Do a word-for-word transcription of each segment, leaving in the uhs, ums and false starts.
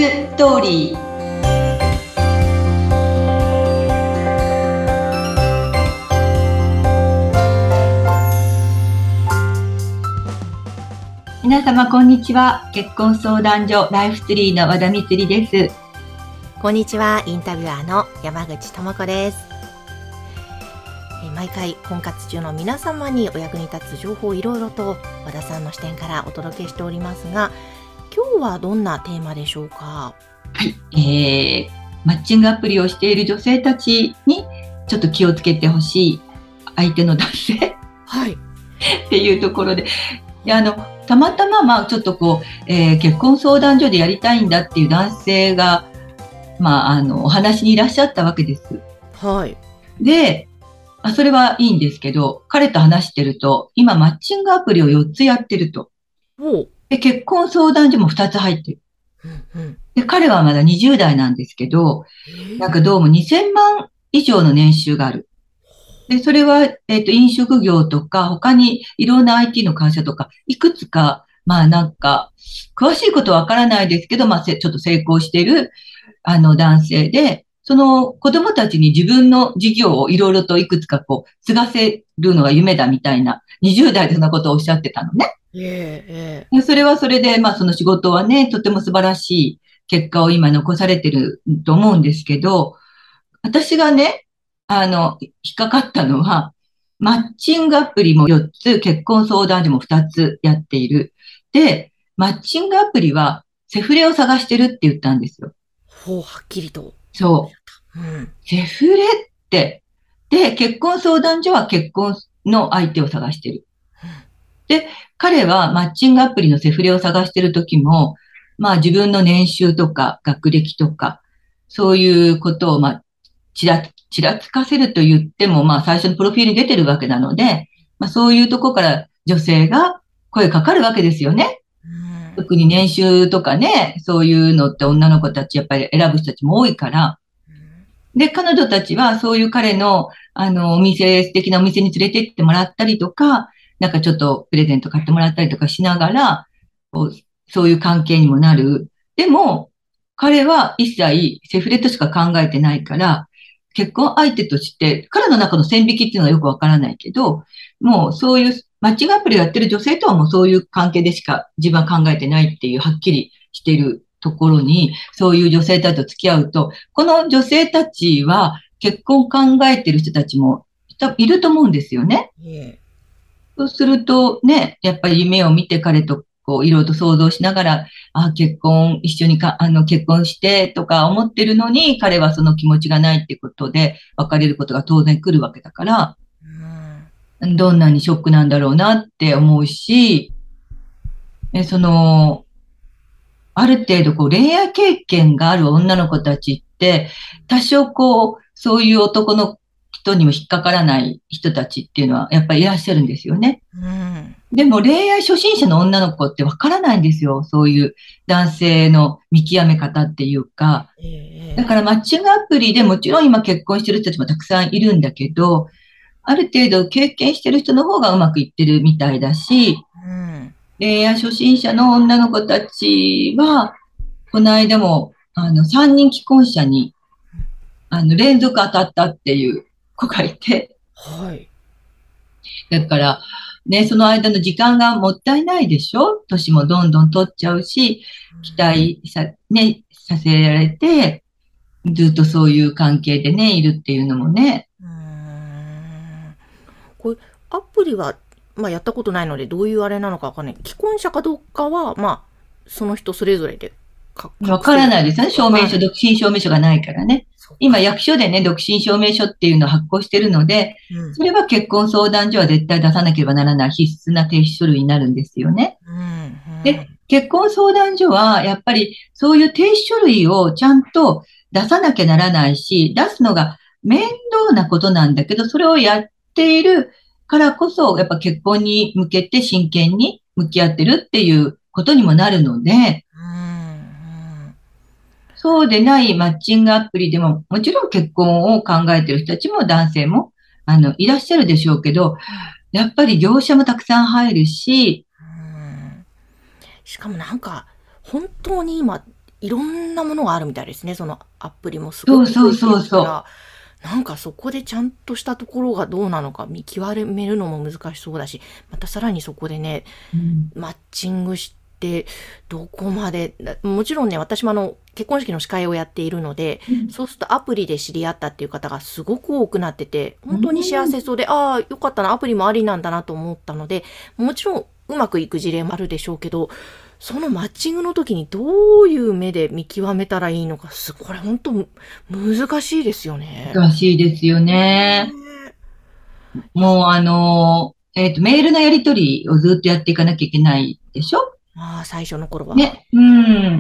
ストーリー。皆様こんにちは。結婚相談所ライフツリーの和田光です。 こんにちは。インタビュアーの山口智子です。毎回婚活中の皆様にお役に立つ情報をいろいろと和田さんの視点からお届けしておりますが、今日はどんなテーマでしょうか？ はい、えー、マッチングアプリをしている女性たちにちょっと気をつけてほしい相手の男性、はい、っていうところで、であのたまたま、まあ、ちょっとこう、えー、結婚相談所でやりたいんだっていう男性が、まあ、あのお話にいらっしゃったわけです。 はい、 であそれはいいんですけど、彼と話してると今マッチングアプリをよっつやってると。で結婚相談所もふたつ入ってる。うんうん、で彼はまだにじゅう代なんですけど、なんかどうもにせんまん以上の年収がある。でそれは、えっと、飲食業とか、他にいろんな アイティー の会社とか、いくつか、まあなんか、詳しいことはわからないですけど、まあちょっと成功している、あの男性で、その子供たちに自分の事業をいろいろといくつかこう、継がせるのが夢だみたいな、にじゅう代でそんなことをおっしゃってたのね。 ええ、それはそれで、まあその仕事はね、とても素晴らしい結果を今残されてると思うんですけど、私がね、あの、引っかかったのは、マッチングアプリもよっつ、結婚相談所もふたつやっている。で、マッチングアプリはセフレを探してるって言ったんですよ。 ほう、はっきりと。 そう。うん、セフレって。で、結婚相談所は結婚の相手を探してる。で、彼はマッチングアプリのセフレを探してる時も、まあ自分の年収とか学歴とか、そういうことを、まあ、ちら、ちらつかせると言っても、まあ最初のプロフィールに出てるわけなので、まあそういうとこから女性が声かかるわけですよね。特に年収とかね、そういうのって女の子たちやっぱり選ぶ人たちも多いから。で、彼女たちはそういう彼の、あの、お店、素敵なお店に連れて行ってもらったりとか、なんかちょっとプレゼント買ってもらったりとかしながら、こうそういう関係にもなる。でも、彼は一切セフレとしか考えてないから、結婚相手として、彼の中の線引きっていうのはよくわからないけど、もうそういうマッチングアプリをやってる女性とはもうそういう関係でしか自分は考えてないっていうはっきりしているところに、そういう女性たちと付き合うと、この女性たちは結婚を考えてる人たちもいると思うんですよね。そうするとね、やっぱり夢を見て彼とこういろいろと想像しながら、あ、結婚一緒にか、あの結婚してとか思ってるのに、彼はその気持ちがないってことで別れることが当然来るわけだから、うん、どんなにショックなんだろうなって思うし、えその、ある程度こう恋愛経験がある女の子たちって、多少こう、そういう男の人にも引っかからない人たちっていうのはやっぱりいらっしゃるんですよね。うん、でも恋愛初心者の女の子ってわからないんですよ。そういう男性の見極め方っていうか。だからマッチングアプリでもちろん今結婚してる人たちもたくさんいるんだけど、ある程度経験してる人の方がうまくいってるみたいだし、うん、恋愛初心者の女の子たちは、この間も、あの、さんにん既婚者に、あの、連続当たったっていう子がいて。はい。だから、ね、その間の時間がもったいないでしょ？年もどんどん取っちゃうし、期待さ、ね、させられて、ずっとそういう関係でね、いるっていうのもね。うーん、 これ、アプリは、まあ、やったことないので、どういうあれなのかわかんない。既婚者かどうかは、まあ、その人それぞれでわからないですよね。証明書、独身証明書がないからね。今、役所でね、独身証明書っていうのを発行してるので、うん、それは結婚相談所は絶対出さなければならない必須な提出書類になるんですよね。うんうん、で、結婚相談所は、やっぱりそういう提出書類をちゃんと出さなきゃならないし、出すのが面倒なことなんだけど、それをやっているからこそ、やっぱ結婚に向けて真剣に向き合ってるっていうことにもなるので、そうでないマッチングアプリでも、もちろん結婚を考えている人たちも男性も、あの、いらっしゃるでしょうけど、やっぱり業者もたくさん入るし、 しかもなんか、本当に今、 いろんなものがあるみたいですね。そのアプリもすごくそうそう増えてるそうそう。 から、なんかそこでちゃんとしたところがどうなのか見極めるのも難しそうだし、またさらにそこでね、 うんマッチングしてどこまで、だもちろんね、私もあの結婚式の司会をやっているので、 うんそうするとアプリで知り合ったっていう方がすごく多くなってて、 う本当に幸んせそうで、ああ、よかったな、アプリもありなんだなと思ったので、もちろんうまくいく事例もあるでしょうけど、そのマッチングの時にどういう目で見極めたらいいのか、すこれ本当む難しいですよね。 難しいですよね。 ねいや、 もうあの、えっと、メールのやり取りをずっとやっていかなきゃいけないでしょまあ最初の頃は。 ね。うん。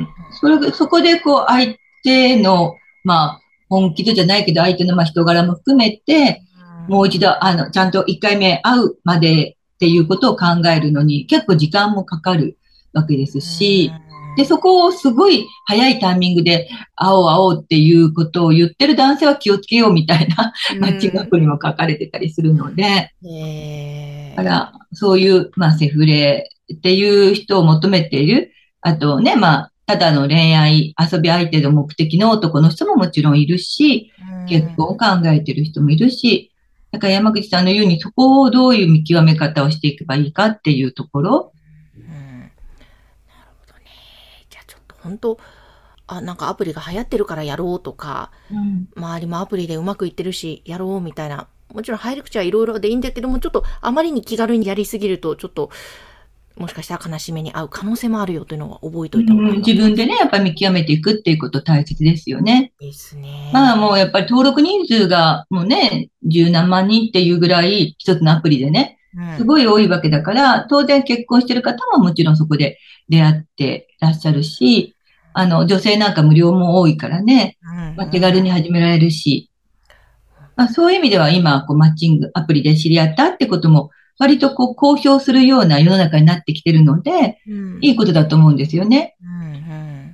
それが、そこでこう、相手の、まあ、本気度じゃないけど、相手のまあ人柄も含めて、もう一度、あの、ちゃんと一回目会うまでっていうことを考えるのに、結構時間もかかるわけですうし、で、 ん。 そこをすごい早いタイミングで、会おう会おうっていうことを言ってる男性は気をつけようみたいなうマッチングアん。 プリも書かれてたりするので、だかえら、そういう、まあ、セフレっていう人を求めている。あとね、まあ、ただの恋愛、遊び相手の目的の男の人ももちろんいるし、 ー、う結ん。 婚を考えている人もいるし、だから山口さんの言うに、そこをどういう見極め方をしていけばいいかっていうところ。 うん。なるほどね。じゃあちょっと本当、あ、なんかアプリが流行ってるからやろうとか、 うん、 周りもアプリでうまくいってるし、やろうみたいな。もちろん入り口はいろいろでいいんだけども、ちょっとあまりに気軽にやりすぎると、ちょっと、もしかしたら悲しみに遭う可能性もあるよというのは覚えてうん、 おいた方がいいかもしれない自分でね、やっぱり見極めていくっていうこと大切ですよね。 ですね。 まあもうやっぱり登録人数がもうね、十何万人っていうぐらい一つのアプリでね、 うん。 すごい多いわけだから、当然結婚してる方ももちろんそこで出会ってらっしゃるし、あの、女性なんか無料も多いからね、 うん。 まあ、手軽に始められるし、まあそういう意味では今、こうマッチングアプリで知り合ったってことも、割とこう公表するような世の中になってきてるので、 うん。 いいことだと思うんですよね。 うん。うん。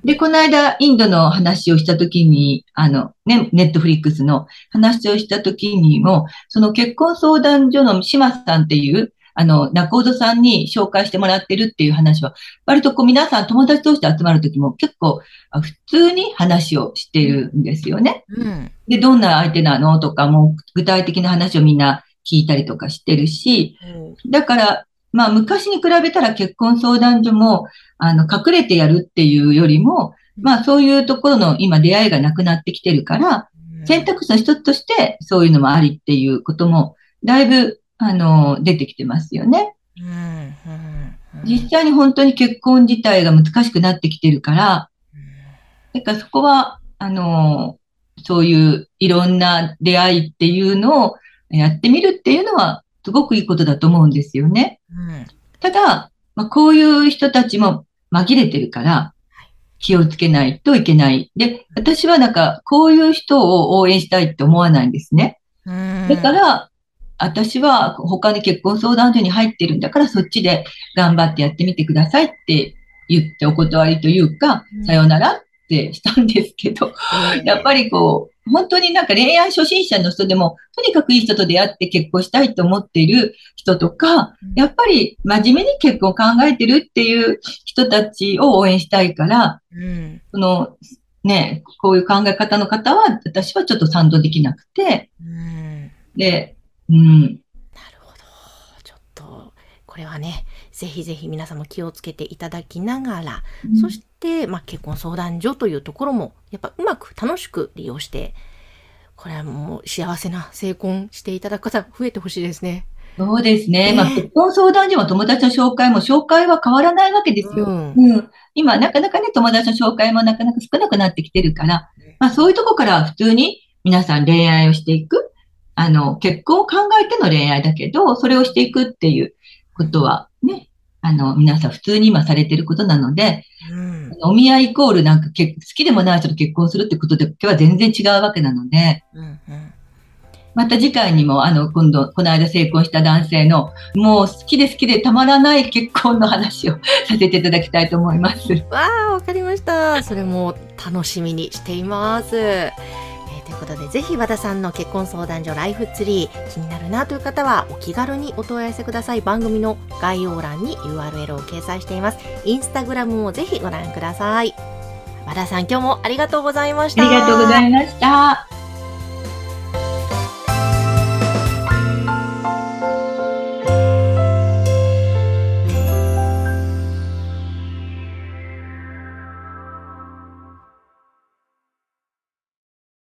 で、この間、インドの話をしたときに、あの、ね、ネットフリックスの話をしたときにも、その結婚相談所の島さんっていう、あの、仲人さんに紹介してもらってるっていう話は、割とこう皆さん友達同士で集まるときも結構あ普通に話をしているんですよね。 うん。 で、どんな相手なのとかも具体的な話をみんな聞いたりとかしてるし、だから、まあ昔に比べたら結婚相談所も、あの、隠れてやるっていうよりも、まあそういうところの今出会いがなくなってきてるから、選択肢の一つとしてそういうのもありっていうことも、だいぶ、あの、出てきてますよね。 うん。うん。うん。 実際に本当に結婚自体が難しくなってきてるから、だからそこは、あの、そういういろんな出会いっていうのをやってみるっていうのは、すごくいいことだと思うんですよね。 うん。 ただ、まあ、こういう人たちも紛れてるから、気をつけないといけない。で、私はなんか、こういう人を応援したいって思わないんですね。 うん。 だから、私は他に結婚相談所に入ってるんだから、そっちで頑張ってやってみてくださいって言ってお断りというか、さようならってしたんですけど、やっぱりこう、本当になんか恋愛初心者の人でも、とにかくいい人と出会って結婚したいと思っている人とか、やっぱり真面目に結婚を考えてるっていう人たちを応援したいから、 うん。 その、ね、こういう考え方の方は、私はちょっと賛同できなくて、 うん。 で、うん、 なるほど。ちょっと、これはね、ぜひぜひ皆さんも気をつけていただきながら、 うんそして、まあ、結婚相談所というところも、やっぱうまく楽しく利用して、これはもう幸せな成婚していただく方増えてほしいですね。 そうですね。まあ、結ね。 婚相談所も友達の紹介も紹介は変わらないわけですよ。 うん。 うん。今、なかなかね、友達の紹介もなかなか少なくなってきてるから、まあ、そういうとこから普通に皆さん恋愛をしていく。あの、結婚を考えての恋愛だけど、それをしていくっていうことはね、あの、皆さん普通に今されてることなので、 うん。 お見合いイコールなんかけ好きでもない人と結婚するってことだけは全然違うわけなので、 うん。うん。 また次回にも、あの、今度、この間成婚した男性の、もう好きで好きでたまらない結婚の話をさせていただきたいと思います。 わあ、わかりました。それも楽しみにしています。えーということで、ぜひ和田さんの結婚相談所ライフツリー気になるなという方はお気軽にお問い合わせください。番組の概要欄に ユーアールエル を掲載しています。インスタグラムもぜひご覧ください。 和田さん、今日もありがとうございました。 ありがとうございました。